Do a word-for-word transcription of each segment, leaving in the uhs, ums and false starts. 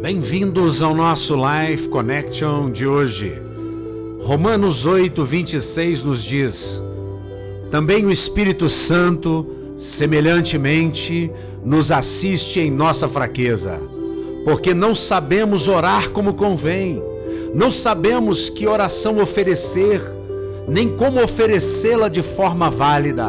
Bem-vindos ao nosso Life Connection de hoje. Romanos oito, vinte e seis nos diz: também o Espírito Santo, semelhantemente, nos assiste em nossa fraqueza, porque não sabemos orar como convém, não sabemos que oração oferecer, nem como oferecê-la de forma válida,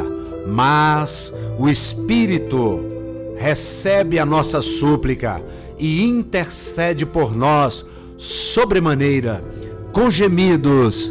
mas o Espírito recebe a nossa súplica e intercede por nós sobremaneira, com gemidos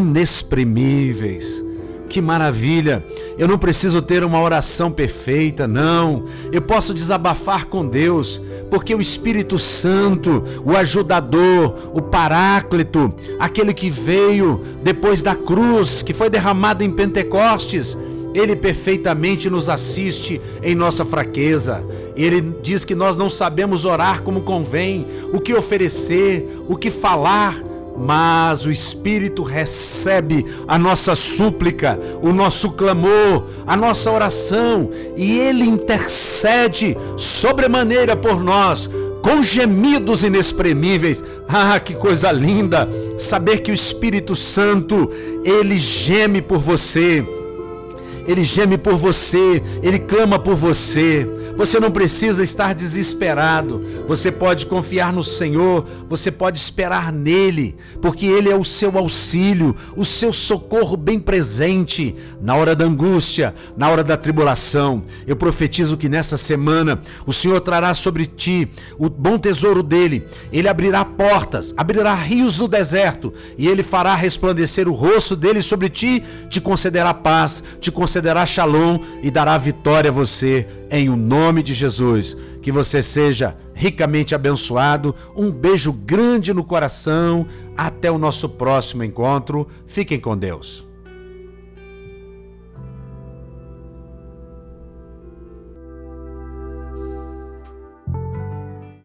inexprimíveis. Que maravilha! Eu não preciso ter uma oração perfeita, não. Eu posso desabafar com Deus, porque o Espírito Santo, o ajudador, o Paráclito, aquele que veio depois da cruz, que foi derramado em Pentecostes, Ele perfeitamente nos assiste em nossa fraqueza. Ele diz que nós não sabemos orar como convém, o que oferecer, o que falar, mas o Espírito recebe a nossa súplica, o nosso clamor, a nossa oração, e Ele intercede sobremaneira por nós, com gemidos inexprimíveis. Ah, que coisa linda saber que o Espírito Santo, Ele geme por você. Ele geme por você, Ele clama por você. Você não precisa estar desesperado. Você pode confiar no Senhor, você pode esperar nele, porque Ele é o seu auxílio, o seu socorro bem presente na hora da angústia, na hora da tribulação. Eu profetizo que nessa semana o Senhor trará sobre ti o bom tesouro dele. Ele abrirá portas, abrirá rios no deserto, e Ele fará resplandecer o rosto dele sobre ti, te concederá paz, te concederá dará shalom e dará vitória a você, em o nome de Jesus. Que você seja ricamente abençoado. Um beijo grande no coração. Até o nosso próximo encontro. Fiquem com Deus.